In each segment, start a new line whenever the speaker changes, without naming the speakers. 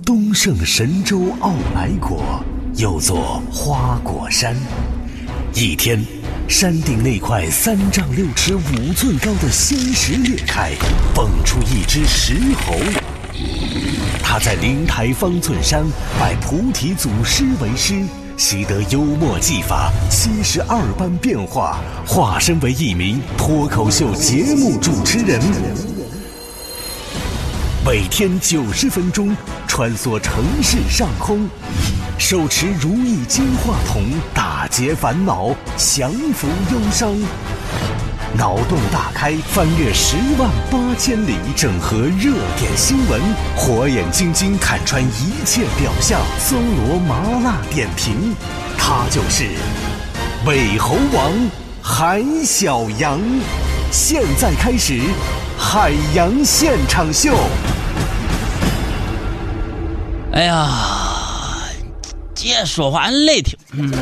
东胜神州傲来国，又作花果山。一天，山顶那块3丈6尺5寸高的仙石裂开，蹦出一只石猴。他在灵台方寸山拜菩提祖师为师，习得幽默技法72般变化，化身为一名脱口秀节目主持人。每天90分钟，穿梭城市上空，手持如意金话筒，打劫烦恼，降服忧伤。脑洞大开，翻越108000里，整合热点新闻，火眼金睛看穿一切表象，搜罗麻辣点评。他就是尾猴王海小羊。现在开始，海洋现场秀。
哎呀，这说话累挺。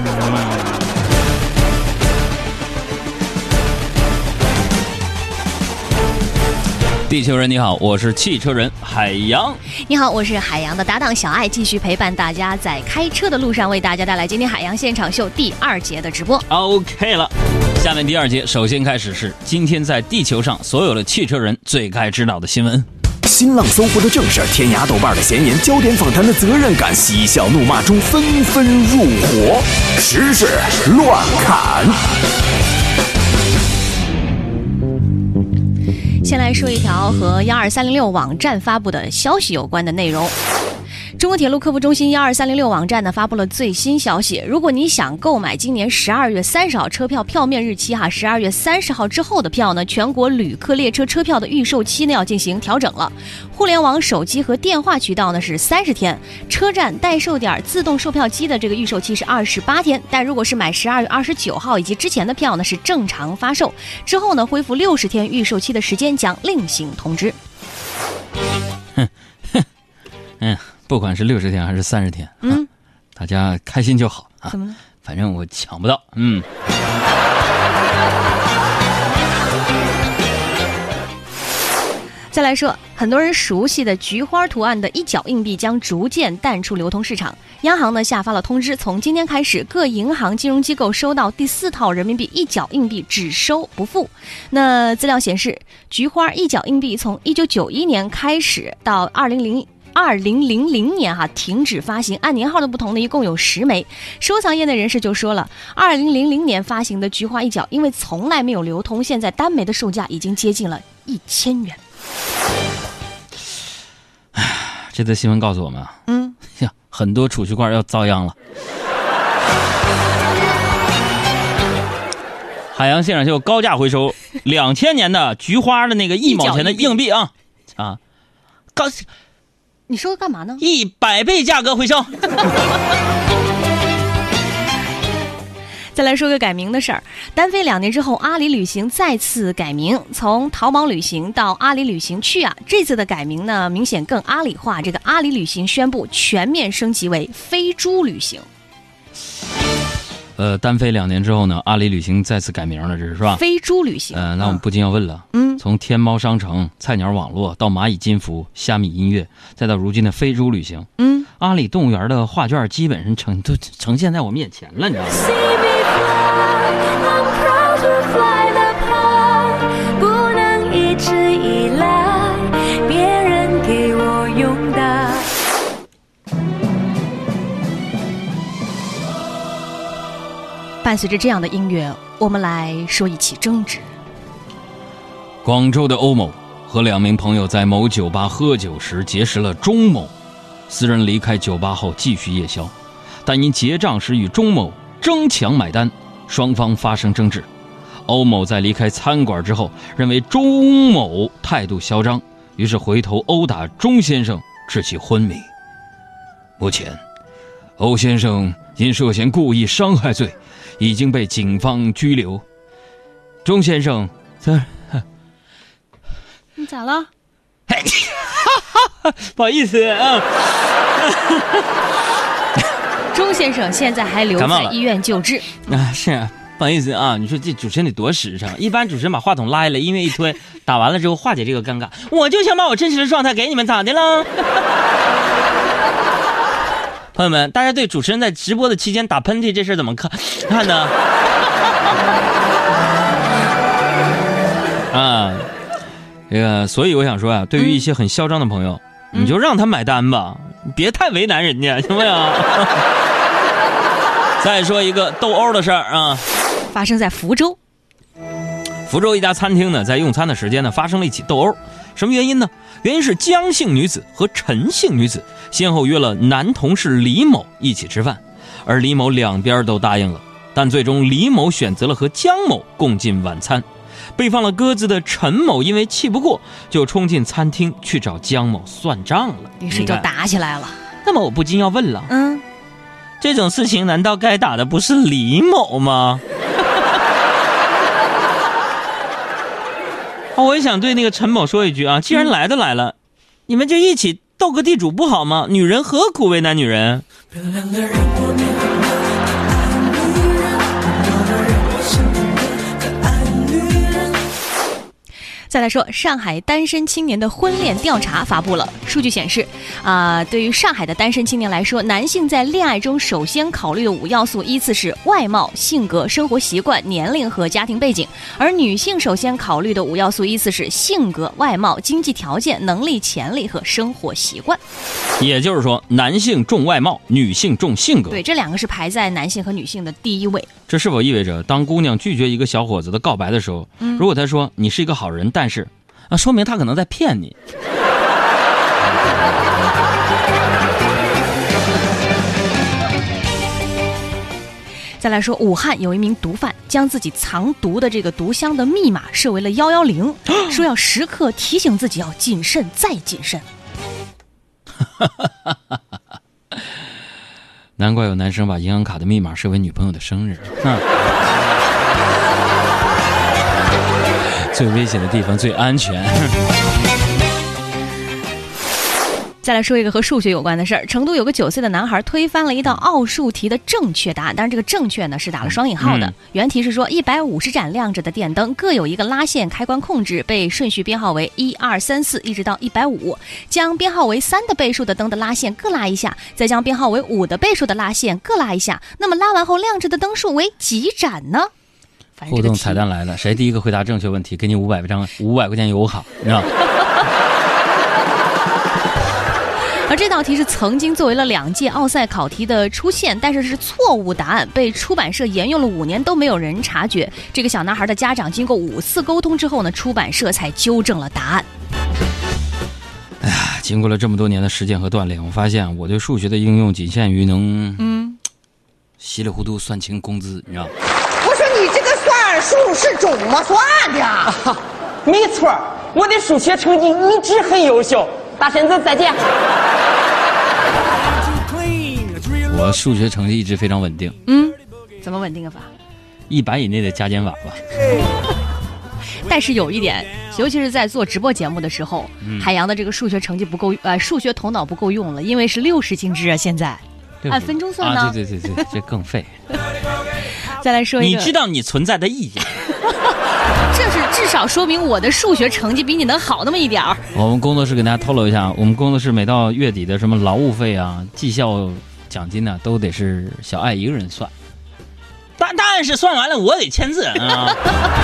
地球人你好，我是汽车人海洋。
你好，我是海洋的搭档小爱，继续陪伴大家在开车的路上，为大家带来今天海洋现场秀第2节的直播。
OK 了，下面第2节，首先开始是今天在地球上所有的汽车人最该知道的新闻。
新浪搜狐的正事，天涯豆瓣的闲言，焦点访谈的责任感，嬉笑怒骂中纷纷入伙，时事乱砍。
先来说一条和12306网站发布的消息有关的内容。中国铁路客服中心12306网站呢发布了最新消息，如果你想购买今年12月30号车票票面日期12月30号之后的票呢，全国旅客列车车票的预售期呢要进行调整了。互联网、手机和电话渠道呢是30天，车站、代售点、自动售票机的这个预售期是28天，但如果是买12月29号以及之前的票呢是正常发售，之后呢恢复60天预售期的时间将另行通知。
不管是60天还是30天，大家开心就好啊。
怎么了？
反正我抢不到。
再来说，很多人熟悉的菊花图案的一角硬币将逐渐淡出流通市场。央行呢下发了通知，从今天开始，各银行金融机构收到第4套人民币一角硬币只收不付。那资料显示，菊花一角硬币从1991年开始到2000年停止发行，按年号的不同呢，一共有10枚。收藏业内人士就说了，2000年发行的菊花一角，因为从来没有流通，现在单枚的售价已经接近了1000元。
这则新闻告诉我们啊，很多储蓄罐要遭殃了。海洋现场秀高价回收2000年的菊花的那个1毛钱的硬币啊，
你说干嘛呢
？100倍价格回收。
再来说个改名的事儿，单飞2年之后，阿里旅行再次改名，从淘宝旅行到阿里旅行去啊，这次的改名呢明显更阿里化。这个阿里旅行宣布全面升级为飞猪旅行。
单飞2年之后呢，阿里旅行再次改名了，这是吧？
飞猪旅行。
那我们不禁要问了，从天猫商城、菜鸟网络到蚂蚁金服、虾米音乐，再到如今的飞猪旅行，阿里动物园的画卷基本上都呈现在我们眼前了，你知道吗？
不能一直依赖别人给我拥戴。
伴随着这样的音乐，我们来说一起争执。
广州的欧某和2名朋友在某酒吧喝酒时结识了钟某，4人离开酒吧后继续夜宵，但因结账时与钟某争抢买单，双方发生争执。欧某在离开餐馆之后，认为钟某态度嚣张，于是回头殴打钟先生，致其昏迷。目前，欧先生因涉嫌故意伤害罪，已经被警方拘留。钟先生，
你咋了？
不好意思啊。
钟先生现在还留在医院救治。
是啊，不好意思啊，你说这主持人得多实诚，一般主持人把话筒拉下来，音乐一推，打完了之后化解这个尴尬，我就想把我真实的状态给你们，咋的了？ 朋友们，大家对主持人在直播的期间打喷嚏这事怎么看呢？啊，这个，所以我想说啊，对于一些很嚣张的朋友，你就让他买单吧，别太为难人家，行不行？再说一个斗殴的事儿啊，
发生在福州。
福州一家餐厅呢，在用餐的时间呢，发生了一起斗殴。什么原因呢？原因是江姓女子和陈姓女子先后约了男同事李某一起吃饭，而李某两边都答应了，但最终李某选择了和江某共进晚餐。被放了鸽子的陈某因为气不过，就冲进餐厅去找江某算账了，
于是就打起来了。
那么我不禁要问了，这种事情难道该打的不是李某吗？我也想对那个陈某说一句啊，既然来都来了，你们就一起斗个地主不好吗？女人何苦为难女人？
再来说，上海单身青年的婚恋调查发布了。数据显示，对于上海的单身青年来说，男性在恋爱中首先考虑的5要素依次是外貌、性格、生活习惯、年龄和家庭背景；而女性首先考虑的5要素依次是性格、外貌、经济条件、能力、潜力和生活习惯。
也就是说，男性重外貌，女性重性格。
对，这2个是排在男性和女性的第1位。
这是否意味着，当姑娘拒绝一个小伙子的告白的时候，如果他说你是一个好人，但是说明他可能在骗你。
再来说，武汉有一名毒贩将自己藏毒的这个毒箱的密码设为了110，说要时刻提醒自己要谨慎再谨慎。
难怪有男生把银行卡的密码设为女朋友的生日。最危险的地方最安全。
再来说一个和数学有关的事儿。成都有个9岁的男孩推翻了一道奥数题的正确答案，当然这个正确呢是打了双引号的。原题是说150盏亮着的电灯各有一个拉线开关控制，被顺序编号为1、2、3、4一直到150，将编号为3的倍数的灯的拉线各拉一下，再将编号为5的倍数的拉线各拉一下，那么拉完后亮着的灯数为几盏呢？
互动彩蛋来了，谁第一个回答正确问题，给你500块钱油卡，你知道？
而这道题是曾经作为了2届奥赛考题的出现，但是是错误答案，被出版社沿用了5年都没有人察觉。这个小男孩的家长经过5次沟通之后呢，出版社才纠正了答案。
哎呀，经过了这么多年的实践和锻炼，我发现我对数学的应用仅限于能稀里糊涂算清工资，你知道？
我说你这个算术是怎么算的？
没错，我的数学成绩一直很优秀。大婶子再见。
我数学成绩一直非常稳定。
怎么稳定法
？100以内的加减法吧。
但是有一点，尤其是在做直播节目的时候，海洋的这个数学成绩不够，数学头脑不够用了，因为是60进制啊，现在按分钟算呢。
对，这更废。
再来说一个，
你知道你存在的意义。
这是至少说明我的数学成绩比你能好那么一点儿。
我们工作室给大家透露一下，我们工作室每到月底的什么劳务费啊、绩效奖金呢，都得是小爱一个人算。但是算完了我得签字啊。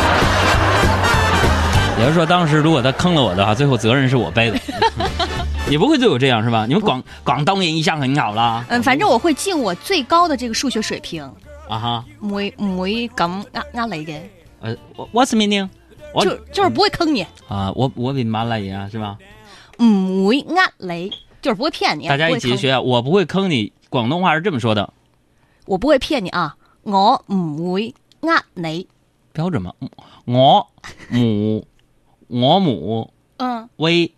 也就是说，当时如果他坑了我的话，最后责任是我背的。你不会对我这样是吧？你们广东人一向很好啦。
反正我会尽我最高的这个数学水平。
啊哈，
唔會咁呃你嘅。
What's the meaning？
就是不会坑你
啊，我明白了呀，是吧？
唔會呃你，就是不會騙你。
大家一起學，我不會坑你。廣東話是這麼說的：
我不會騙你啊，我唔會呃你。
標準嗎？我唔會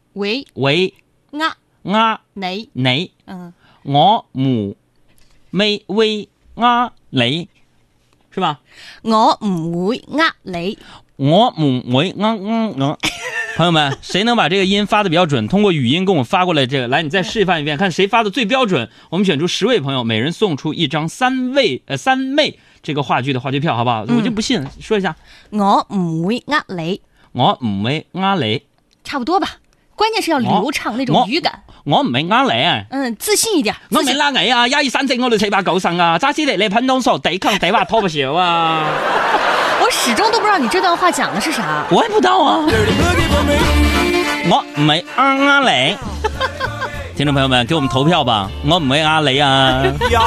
呃你。我唔會呃你，是吧？
我唔會呃你。
我唔會朋友们，谁能把这个音发的比较准，通过语音跟我发过来这个，来你再示范一遍，看谁发的最标准。我们选出10位朋友，每人送出一张三妹这个话剧的话剧票，好不好？我就不信，说一下。
我唔會呃你。
我唔會呃你。
差不多吧。 关键是要流畅那种语感。
我唔係呃你啊，
自信一點。
我唔係呃你啊，1237我哋490啊，揸起嚟你噴到傻地坑地話拖不少啊。
我始終都不知道你這段話講的是啥。
我也不知道啊。我唔係呃你。聽眾朋友們，給我們投票吧！我唔會呃你啊。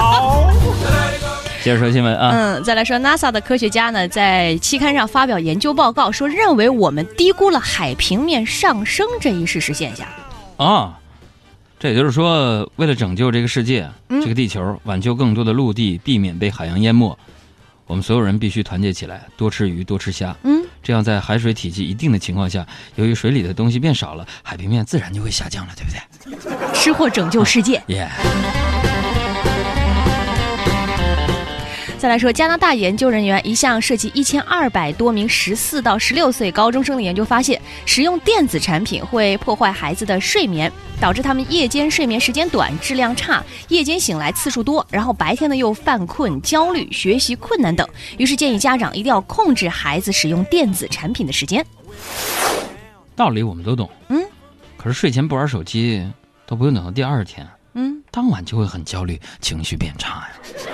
接着說新聞啊。
再來說 NASA 的科學家呢，在期刊上發表研究報告，說認為我們低估了海平面上升這一事實現象。
啊，這也就是說，為了拯救這個世界，這個地球，挽救更多的陸地，避免被海洋淹沒，我們所有人必須團結起來，多吃魚，多吃蝦。這樣在海水體積一定的情況下，由於水裡的東西變少了，海平面自然就會下降了，對不對？
吃貨拯救世界。再來說，加拿大研究人員一項涉及1200多名14到16歲高中生的研究發現，使用電子產品會破壞孩子的睡眠，導致他們夜間睡眠時間短，質量差，夜間醒來次數多，然後白天呢又犯困、焦慮、學習困難等。於是建議家長一定要控制孩子使用電子產品的時間。
道理我們都懂，可是睡前不玩手機，都不用等到第二天，當晚就會很焦慮，情緒變差呀。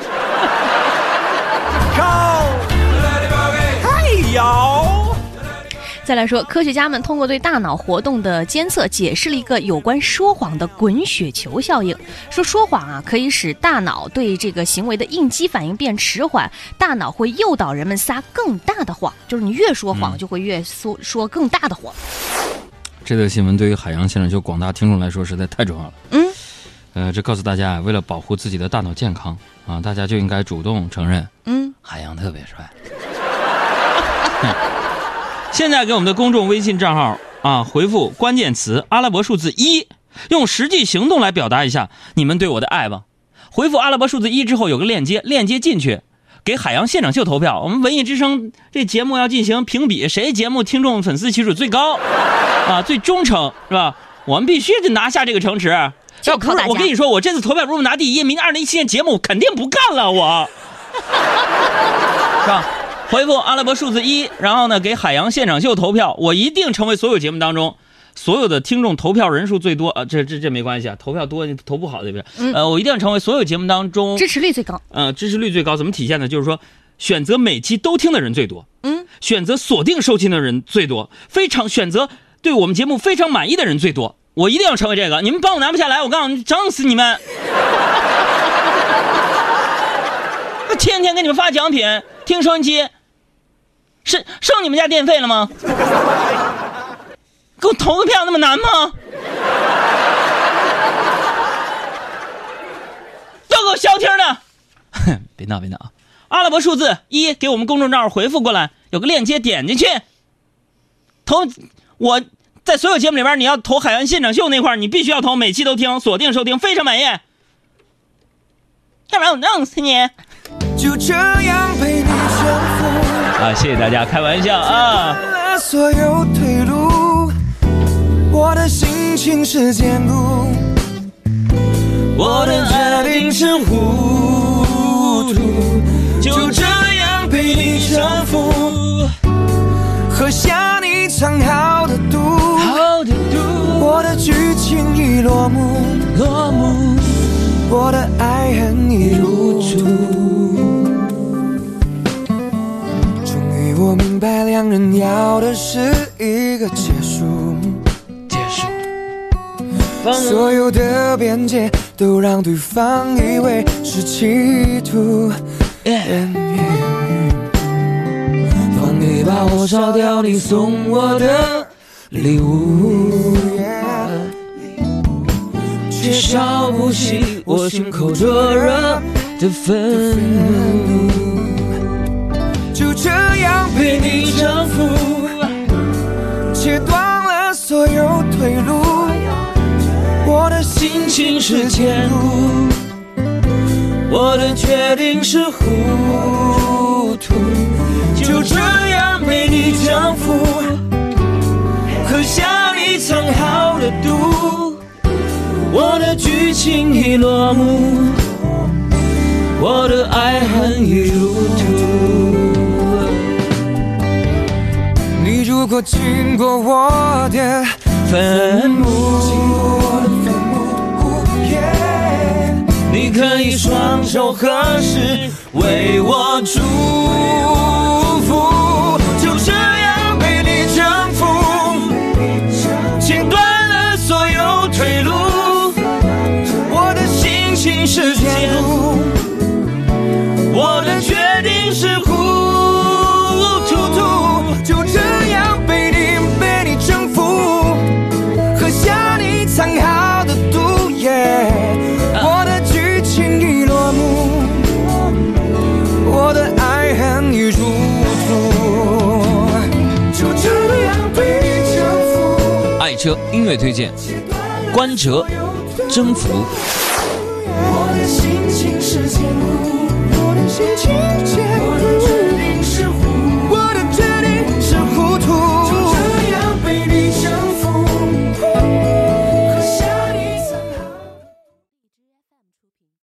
再來說，科學家們通過對大腦活動的監測，解釋了一個有關說謊的滾雪球效應。說謊啊，可以使大腦對這個行為的應激反應變遲緩，大腦會誘導人們撒更大的謊，就是你越說謊，就會越說更大的謊。
這則新聞對於海洋現場秀廣大聽眾來說實在太重要了。這告訴大家，為了保護自己的大腦健康啊，大家就應該主動承認，海洋特別帥。現在給我們的公眾微信賬號啊，回復關鍵詞阿拉伯數字1，用實際行動來表達一下你們對我的愛吧。回復阿拉伯數字1之後有個鏈接進去，給海洋現場秀投票。我們文藝之聲這節目要進行評比，誰節目聽眾粉絲基礎最高啊，最忠誠是吧？我們必須得拿下這個城池。要不是我跟你說，我這次投票如果拿第一，明年2017年節目我肯定不幹了，我是吧？回復阿拉伯數字1，然後呢給海洋現場秀投票，我一定成為所有節目當中所有的聽眾投票人數最多這沒關係啊，投票多投不好對不對？我一定要成為所有節目當中
支持率最高。
支持率最高怎麼體現呢？就是說選擇每期都聽的人最多，選擇鎖定收聽的人最多，選擇對我們節目非常滿意的人最多。我一定要成為這個，你們幫我拿不下來，我告訴你，整死你們！我天天給你們發獎品，聽收音機，剩你們家電費了嗎？給我投個票那麼難嗎？都給我消停的！別鬧啊！阿拉伯數字1給我們公眾賬號回復過來，有個鏈接點進去，我在所有節目裡邊，你要投海洋現場秀那塊，你必須要投每期都聽，鎖定收聽，非常滿意。要不然我弄死你！就這樣陪你征服啊！謝謝大家，開玩笑啊！所有退路，我的心情是堅固，我的決定是糊塗，就這樣陪你征服，喝下你藏好的毒，我的劇情已落幕，我的愛恨已入土。終於我明白，兩人要的是一個結束，所有的邊界都讓對方以為是企圖。放你把我燒掉，你送我的禮物，卻燒不熄我心口灼熱的憤怒。就這樣陪你征服，切斷了所有退路，我的心情是堅固，我的決定是糊塗，就這樣陪你征服，喝下你藏好的毒，我的劇情已落幕，我的愛恨已入土。你如果經過我的
坟墓。你可以双手合十为我祝福，就这样被你征服，剪断了所有退路，我的心情是坚固，我的决定是糊涂涂，就这样被你征服，喝下你藏好的毒，我的剧情已落幕，我的爱恨已入土，就这样被你征服。
爱车音乐推荐，关喆征服。
我的心情是坚固，我的心情坚固。